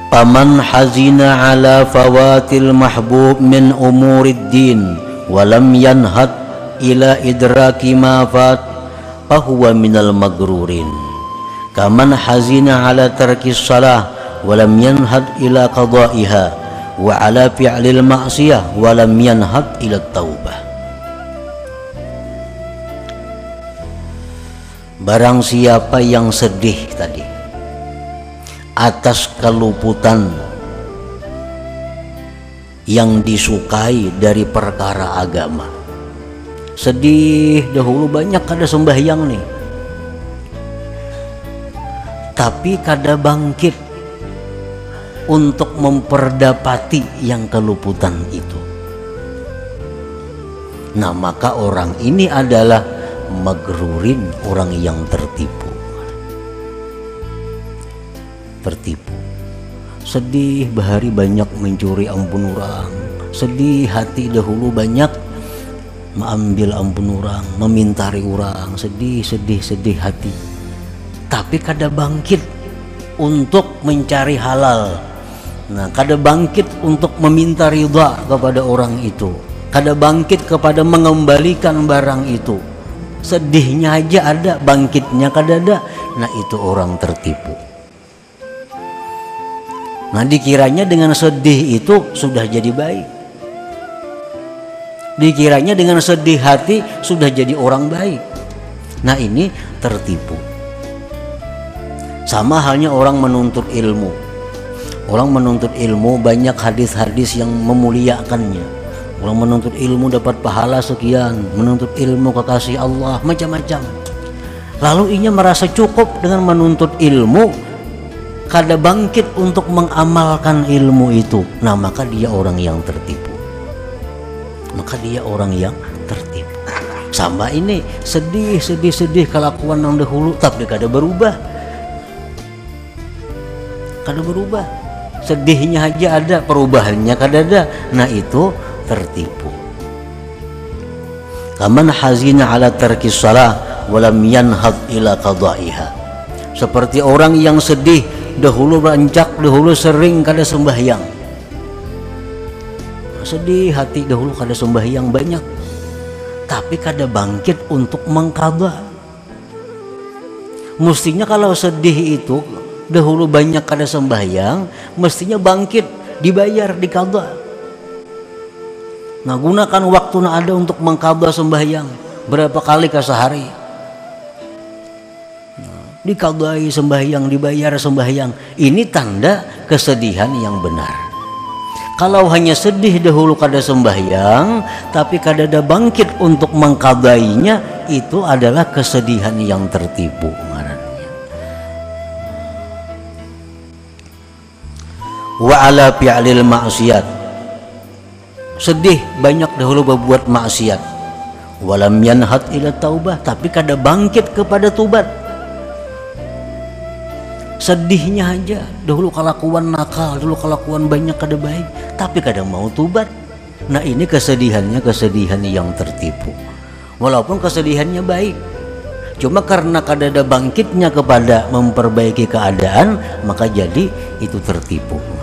Paman hazina ala fawatil mahbub min umurid din walam yanhad ila idraki ma fat fahuwa minal magrurin. Kaman hazina ala tarkis salah walam yanhad ila qada'iha wa ala fi'lil ma'siyah walam yanhad ila taubah. Barang siapa yang sedih tadi atas keluputan yang disukai dari perkara agama, sedih dahulu banyak kada sembahyang nih, tapi kada bangkit untuk memperdapati yang keluputan itu. Nah, maka orang ini adalah magrurin, orang yang tertipu. Sedih bahari banyak mencuri ampun orang, sedih hati dahulu banyak mengambil ampun orang, memintari orang, sedih hati, tapi kada bangkit untuk mencari halal. Nah, kada bangkit untuk meminta ridha kepada orang itu, kada bangkit kepada mengembalikan barang itu. Sedihnya aja ada, bangkitnya kada ada. Nah, itu orang tertipu. Nah, dikiranya dengan sedih itu sudah jadi baik, dikiranya dengan sedih hati sudah jadi orang baik. Nah, ini tertipu. Sama halnya orang menuntut ilmu. Orang menuntut ilmu banyak hadis-hadis yang memuliakannya. Orang menuntut ilmu dapat pahala sekian, menuntut ilmu kekasih Allah, macam-macam. Lalu ia merasa cukup dengan menuntut ilmu, kada bangkit untuk mengamalkan ilmu itu. Nah, maka dia orang yang tertipu. Sama ini, sedih kelakuan yang dahulu, tapi kada berubah. Sedihnya aja ada, perubahannya kada ada. Nah, itu tertipu. Kaman hazina ala tarkis salah walam yanhad ila qada'iha. Seperti orang yang sedih dahulu rancak, dahulu sering kada sembahyang. Sedih hati dahulu kada sembahyang banyak, tapi kada bangkit untuk mengqadha. Mestinya kalau sedih itu dahulu banyak kada sembahyang, mestinya bangkit, dibayar, diqadha. Nah, gunakan waktu na ada untuk mengqadha sembahyang. Berapa kali ke sehari? Diqadai sembahyang, dibayar sembahyang. Ini tanda kesedihan yang benar. Kalau hanya sedih dahulu kada sembahyang, tapi kada ada bangkit untuk mengqadainya, itu adalah kesedihan yang tertipu. Wa ala fi'lil ma'siyat. Sedih banyak dahulu berbuat maksiat. Walam yanhad ila taubah, tapi kada bangkit kepada tubat. Sedihnya aja dahulu kelakuan nakal, dulu kelakuan banyak kada baik, tapi kada mau tubat. Nah, ini kesedihannya kesedihan yang tertipu. Walaupun kesedihannya baik, cuma karena kada ada bangkitnya kepada memperbaiki keadaan, maka jadi itu tertipu.